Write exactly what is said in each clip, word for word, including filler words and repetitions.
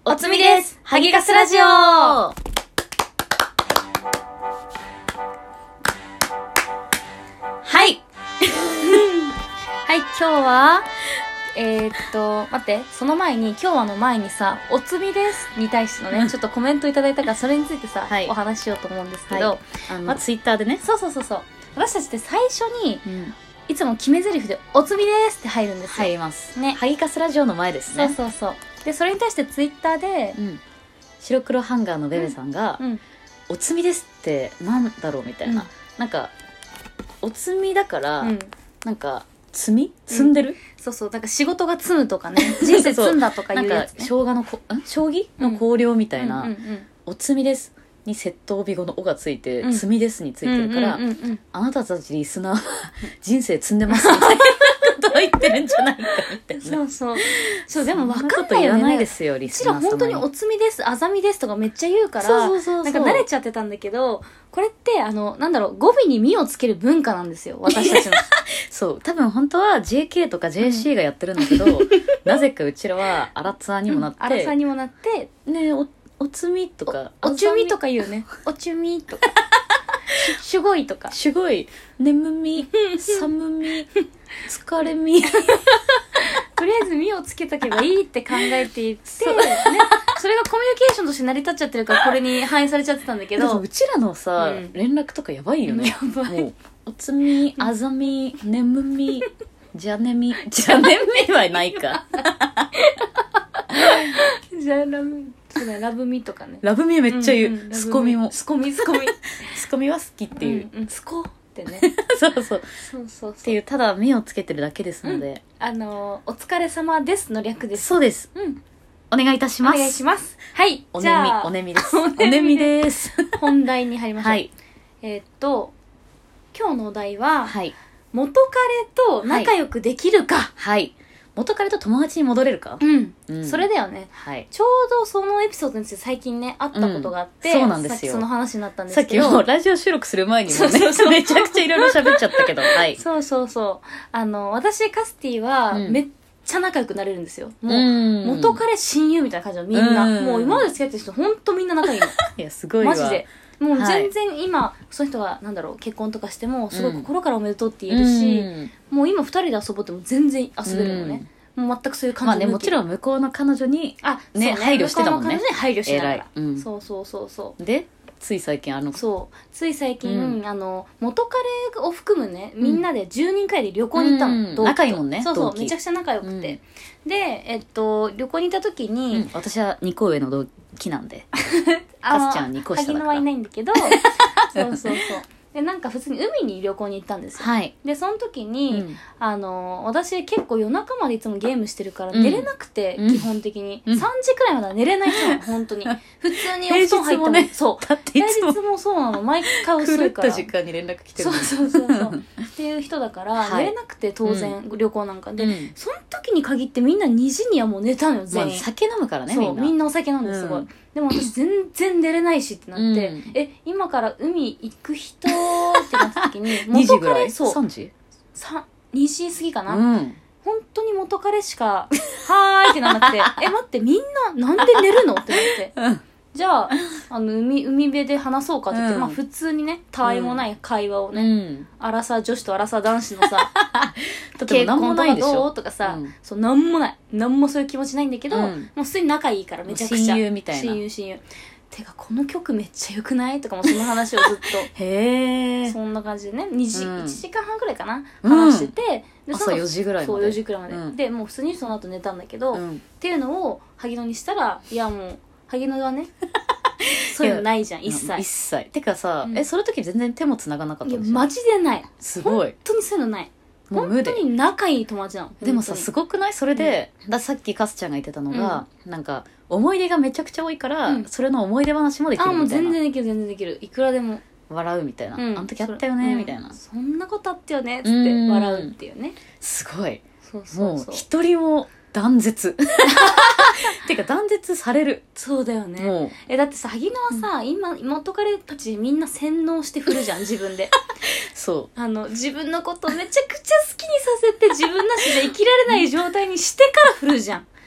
おつみです。ハギガスラジオ。はい。はい、今日は、えー、っと、待って、その前に、今日はの前にさ、おつみですに対してのね、ちょっとコメントいただいたから、それについてさ、はい、お話ししようと思うんですけど、 はい、あの、ま、ツイッターでね。 そうそうそうそう。私たちって最初に、うん、いつも決め台詞で、おつみですって入るんですよ。 入ります。ね。ハギカスラジオの前ですね。 そうそうそう。で、それに対してツイッターで、うん、 白黒ハンガーのベベさんが、うんうん、おつみですってなんだろうみたいな、うん、なんかおつみだから、うん、なんか積み積んでる、うん、 そうそう、なんか仕事が積むとかね、人生積んだとかいうやつ、ね、 なんか生姜のこん将棋の綱領みたいな、うんうんうんうん、おつみですに窃盗尾語の「お」がついて「うん、積みです」についてるから、うんうんうんうん、あなたたちリスナー人生積んでますみたいなことを言ってるんじゃないかみたいな。 そうそうそう、でも分かんないよね。 そんなこと言わないですよ、リスナー様に。 うちら本当におつみですあざみですとかめっちゃ言うから、そうそうそうそう、なんか慣れちゃってたんだけど、これってあのなんだろう、語尾に「み」をつける文化なんですよ、私たちの。 そう多分本当は ジェーケー とか ジェーシー がやってるんだけど、うん、なぜかうちらはアラツアにもなって、うん、 アラツアにもなってね、おおつみとかお, おちゅみとか言うね。おちゅみとかしゅごいとかしゅごい、眠み、寒み、疲れみとりあえず「み」をつけとけばいいって考えていってそ,、ね、それがコミュニケーションとして成り立っちゃってるからこれに反映されちゃってたんだけど、 うちらのさ、うん、連絡とかやばいよね。 やばい。もうおつみ、あざみ、眠み、じゃねみ、じゃねみはないか。 じゃラブそうだ、ラブミとかね。 ラブミめっちゃ言う、うんうん、スコミもスコミスコミスコミは好きっていう、 うんうん、スコってね。 そうそうそうそうそうっていう、ただ目をつけてるだけですので、 うん、あのお疲れ様ですの略です。 そうです、うん、お願いいたします。 お願いします。はい、 おねみおねみですおねみです本題に入りましょう。はい、えー、っと今日のお題は、はい、元彼と仲良くできるか。 はい、はい、元彼と友達に戻れるか、 うんうん、それだよね、 はい、 ちょうどそのエピソードについて最近ねあったことがあって、うん、 そうなんですよ。 さっきその話になったんですけど、 さっきもラジオ収録する前にもね、そうそうそうめちゃくちゃいろいろ喋っちゃったけど、はい、 そうそうそう、あの私カスティはめっちゃ仲良くなれるんですよ、もう元彼親友みたいな感じのみんな、うん、もう今まで付き合ってる人ほんとみんな仲いいの。 いやすごいわ、 マジでもう全然今、はい、その人がなんだろう結婚とかしてもすごい心からおめでとうって言えるし、うん、もう今二人で遊ぼうっても全然遊べるのね、うん、もう全くそういう感じ。 まあね、もちろん向こうの彼女にあ、 ね、ね、配慮してたもんね。 向こうの彼女に配慮しながら、 うん、 そうそうそうそうでつい最近あのそうつい最近、うん、あの元彼を含むねみんなでじゅうにんくらいで旅行に行ったの、うん、 仲いいもんね。 そうそうめちゃくちゃ仲良くて、うん、でえっと旅行に行った時に、うん、 私はにこ上の同期なんでカスちゃんにこ下だから萩野はいないんだけどそうそうそうでなんか普通に海に旅行に行ったんですよ、はい、でその時に、うん、あの私結構夜中までいつもゲームしてるから寝れなくて、うん、基本的に、うん、さんじくらいまでは寝れない人なの本当に普通にお布団入っても、ね、そうだっていつも平日もそうなの毎回遅いから狂った時間に連絡来てるそうそうそうそうっていう人だから、はい、寝れなくて当然、うん、旅行なんかで、うん、その時に限ってみんなにじにはもう寝たのよ全員、まあ、 酒飲むからねそうみんなみんなお酒飲んですごい、うん、でも私全然寝れないしってなって、うん、え今から海行く人ってなった時ににじぐらいそうさんじにじ過ぎかな、うん、本当に元彼しかはーいってならなくてえ待ってみんななんで寝るのってなって、うんじゃあ、あの海、海辺で話そうかって言って、うん、まあ普通にね、たわいもない会話をね、うん、アラサー女子とアラサー男子のさ、結婚とかどうとかさ、うん、そう、なんもない。なんもそういう気持ちないんだけど、うん、もう普通に仲いいからめちゃくちゃ。 親友みたいな。 親友親友。てか、この曲めっちゃ良くないとかもその話をずっと。 へー。 そんな感じでね、にじ、うん、いちじかんはんくらいかな、話してて、 で朝よじぐらいまで。 そう、よじくらいまで。うん、で、もう普通にその後寝たんだけど、うん、っていうのを萩野にしたら、いやもう、萩野はね、そういうのないじゃん一切一切てかさ、うん、えその時全然手も繋がなかったんでしょ。 いやマジでないすごい本当にそういうのないもう無で本当に仲いい友達なの。 でもさすごくないそれで、うん、ださっきカスちゃんが言ってたのが、うん、なんか思い出がめちゃくちゃ多いから、うん、それの思い出話もできるみたいな。あもう全然できる全然できるいくらでも笑うみたいな、うん、あの時あったよね、うん、みたいなそんなことあったよねっつって笑うっていうね。 すごいそうそうそうもう一人も断絶てか断絶される。 そうだよね。えだってさ萩野はさ、うん、今元彼たちみんな洗脳して振るじゃん自分でそうあの自分のことめちゃくちゃ好きにさせて自分なしで生きられない状態にしてから振るじゃん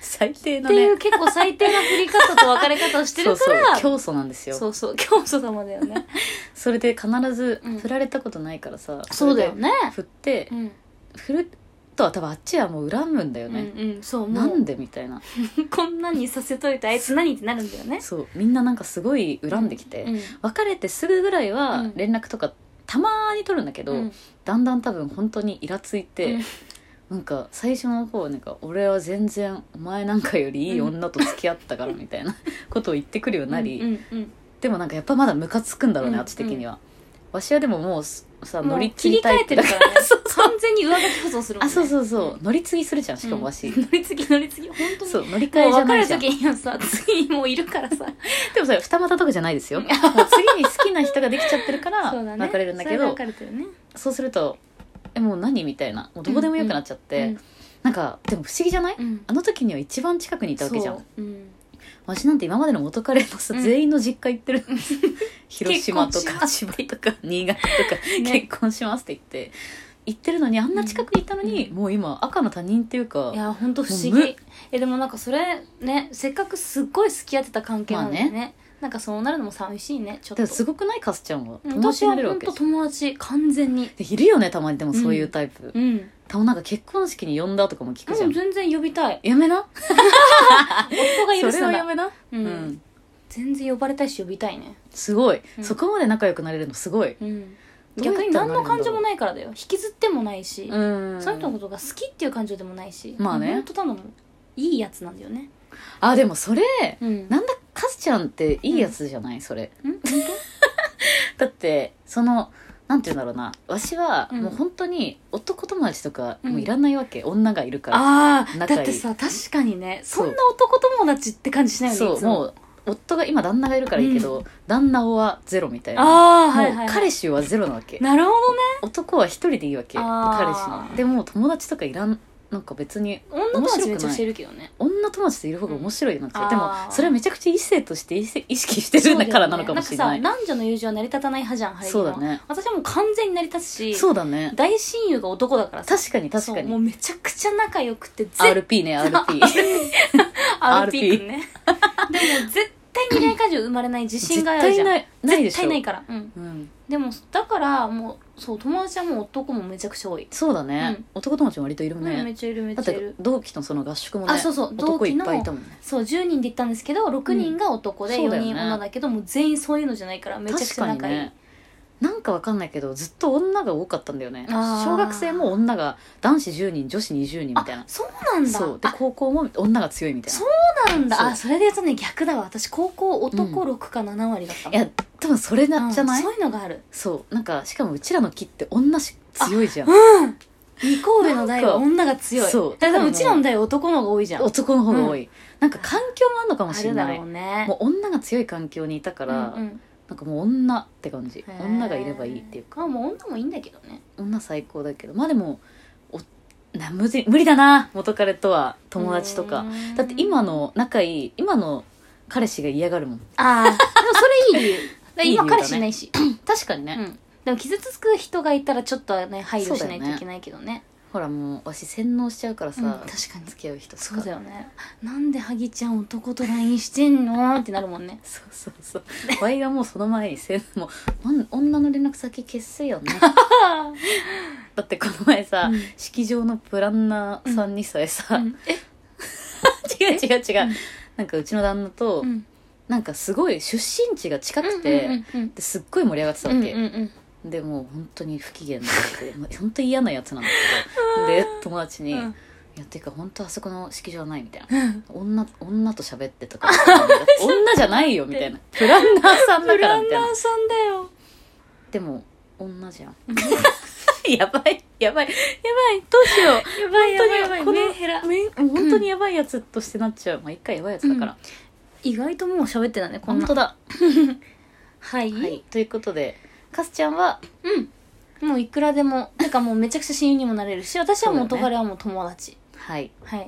最低なねっていう結構最低な振り方と別れ方をしてるからそうそう教祖なんですよ。 そうそう教祖様だよねそれで必ず振られたことないからさ、 そうだよね振って、 うん、 振るとは多分あっちはもう恨むんだよね、 うんうん、そうなんでみたいなこんなにさせといてあいつ何ってなるんだよね。 そうみんななんかすごい恨んできて、 うんうん、 別れてすぐぐらいは連絡とかたまに取るんだけど、うん、だんだん多分本当にイラついて、うん、なんか最初の方なんか俺は全然お前なんかよりいい女と付き合ったからみたいなことを言ってくるようになり、うんうんうん、でもなんかやっぱまだムカつくんだろうね、うんうん、私的には。わしはでももうさ乗り継ぎタイプだから、ね、 そうそう完全に上書き保存するもんね。 あそうそうそう、うん、乗り継ぎするじゃんしかもわし、 うん、乗り継ぎ乗り継ぎ本当にそう乗り換えじゃないじゃん。 別れる時にはさ次にもういるからさでもそれ二股とかじゃないですよもう次に好きな人ができちゃってるから別れるんだけど、 そうだね、それ別れてるね。 そうするとえもう何みたいなもうどこでもよくなっちゃって、うんうん、なんかでも不思議じゃない、うん、あの時には一番近くにいたわけじゃん。うん、私なんて今までの元彼のさ、うん、全員の実家行ってる広島とか千葉とか新潟とか、ね、結婚しますって言って行ってるのにあんな近くにいたのに、うん、もう今赤の他人っていうか。 いや本当不思議。えでもなんかそれねせっかくすっごい付き合ってた関係なんだよね、まあね、なんかそうなるのも寂しいねちょっと。 すごくないかすちゃんは友達になれるわけ。 私は本当友達完全にいるよねたまに。でもそういうタイプ、 うんうんたまなんか結婚式に呼んだとかも聞くじゃん。 全然呼びたい。 やめな夫が許すんだ。 それはやめな、 うん、うん、全然呼ばれたいし呼びたいね。 すごい、 うん、 そこまで仲良くなれるのすごい、うん、 逆に何の感情もないからだよ。引きずってもないし、 うん、 その人のことが好きっていう感情でもないし、 まあね本当ただのいいやつなんだよね。 あでもそれ、 うん、 なんだかすちゃんっていいやつじゃない、うん、それん本当だってそのなんて言うんだろうな、わしはもう本当に男友達とかもういらないわけ、うん、女がいるから。 ああだってさ確かにねそんな男友達って感じしないよね。 そうもう夫が今旦那がいるからいいけど、うん、旦那はゼロみたいな。 あ、はいはいはい、 もう彼氏はゼロなわけ。 なるほどね。 男は一人でいいわけ彼氏の。でも友達とかいらん、なんか別に女友達めっちゃしてるけどね。 女友達といる方が面白いなって、うん、でもそれはめちゃくちゃ異性として意識してるからなのかもしれない。 ね、なんかさ男女の友情は成り立たない派じゃん。 そうだね。 私はもう完全に成り立つし。 そうだね。 大親友が男だからさ。 確かに確かに。 もうめちゃくちゃ仲良くてアールピー ね アールピーアールピー 君ねでも絶対に恋愛感情生まれない自信があるじゃん。絶対ないないでしょ。絶対ないから、うんうん、でもだからもうそう友達はもう男もめちゃくちゃ多い。 そうだね、うん、男友達も割といるね、 うん、めっちゃいるめっちゃいる。 だって同期のその合宿もね、 あそうそう男いっぱいいたもんね。 そうじゅうにんで行ったんですけどろくにんが男で、うん、よにん女だけどもう全員そういうのじゃないからめちゃくちゃ仲いい。 なんかわかんないけどずっと女が多かったんだよね。小学生も女が男子じゅうにん女子にじゅうにんみたいな。 そうなんだ。 そうで高校も女が強いみたいな。 そうなんだ。あそれで言うとね逆だわ。私高校男ろくかなな割だったもん、 うん、いや多分それなじゃない、 うん、そういうのがある。 そうなんかしかもうちらの木って女し強いじゃん。 うんにこ上の代は女が強い。 そうだからうちらの代は男の方が多いじゃん。 男の方が多い、うん、なんか環境もあるのかもしれない。あるだろうね。 もう女が強い環境にいたから、うんうんなんかもう女って感じ。女がいればいいっていうか。 あもう女もいいんだけどね。 女最高だけどまあでもおな無理無理だな元彼とは友達とか。だって今の仲いい今の彼氏が嫌がるもん。 ああでもそれいい理由だ今彼氏いないし確かにね、 うん、でも傷つく人がいたらちょっとね配慮しないといけないけど ね, ねほらもうわし洗脳しちゃうからさ、うん、 確かに付き合う人とかそうだよね。なんで萩ちゃん男と ライン してんのってなるもんねそうそうそうワイがもうその前にせもう女の連絡先消すよねだってこの前さ、うん、式場のプランナーさんにさえさ、うんうん、え違う違う違う、うん、なんかうちの旦那と、うん、なんかすごい出身地が近くて、うんうんうんうん、ですっごい盛り上がってたわけ、うんうんうんでもう本当に不機嫌で本当に嫌なやつなんだけどで友達に、うん、いやていうか本当あそこの式場はないみたいな、うん、女, 女と喋ってとか女じゃないよみたいなプランナーさんだからみたいな。 プランナーさんだよ。 でも女じゃんやばいやばいやばいどうしようやばいやばいやばいメンヘラ本当にやばいやつとしてなっちゃう、うん、まあ一回やばいやつだから、 うん、意外ともう喋ってたねこんな。 本当だはい、 はい、ということでかすちゃんはうんもういくらでもてかもうめちゃくちゃ親友にもなれるし私はもう元彼はもう友達、 はいはい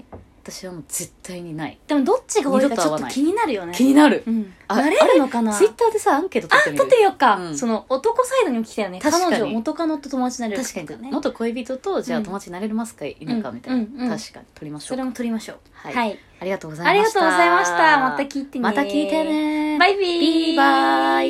私はもう絶対にない。 でもどっちが多いかちょっと気になるよね。 気になる。 うん。 あなれるのかな。 ツイッターでさアンケート取ってみる。 あ、取ってみようか、 うん、 その男サイドにも来たよね。 確かに彼女元カノと友達になれるか、ね、 確かに元恋人とじゃあ友達になれますか、うん、いないかみたいな、うんうんうん、確かに取りましょう。 それも取りましょう。 はい、 はい、 ありがとうございました。 ありがとうございました。また聞いてね。 また聞いてね。 バイビー。 ビーバイ。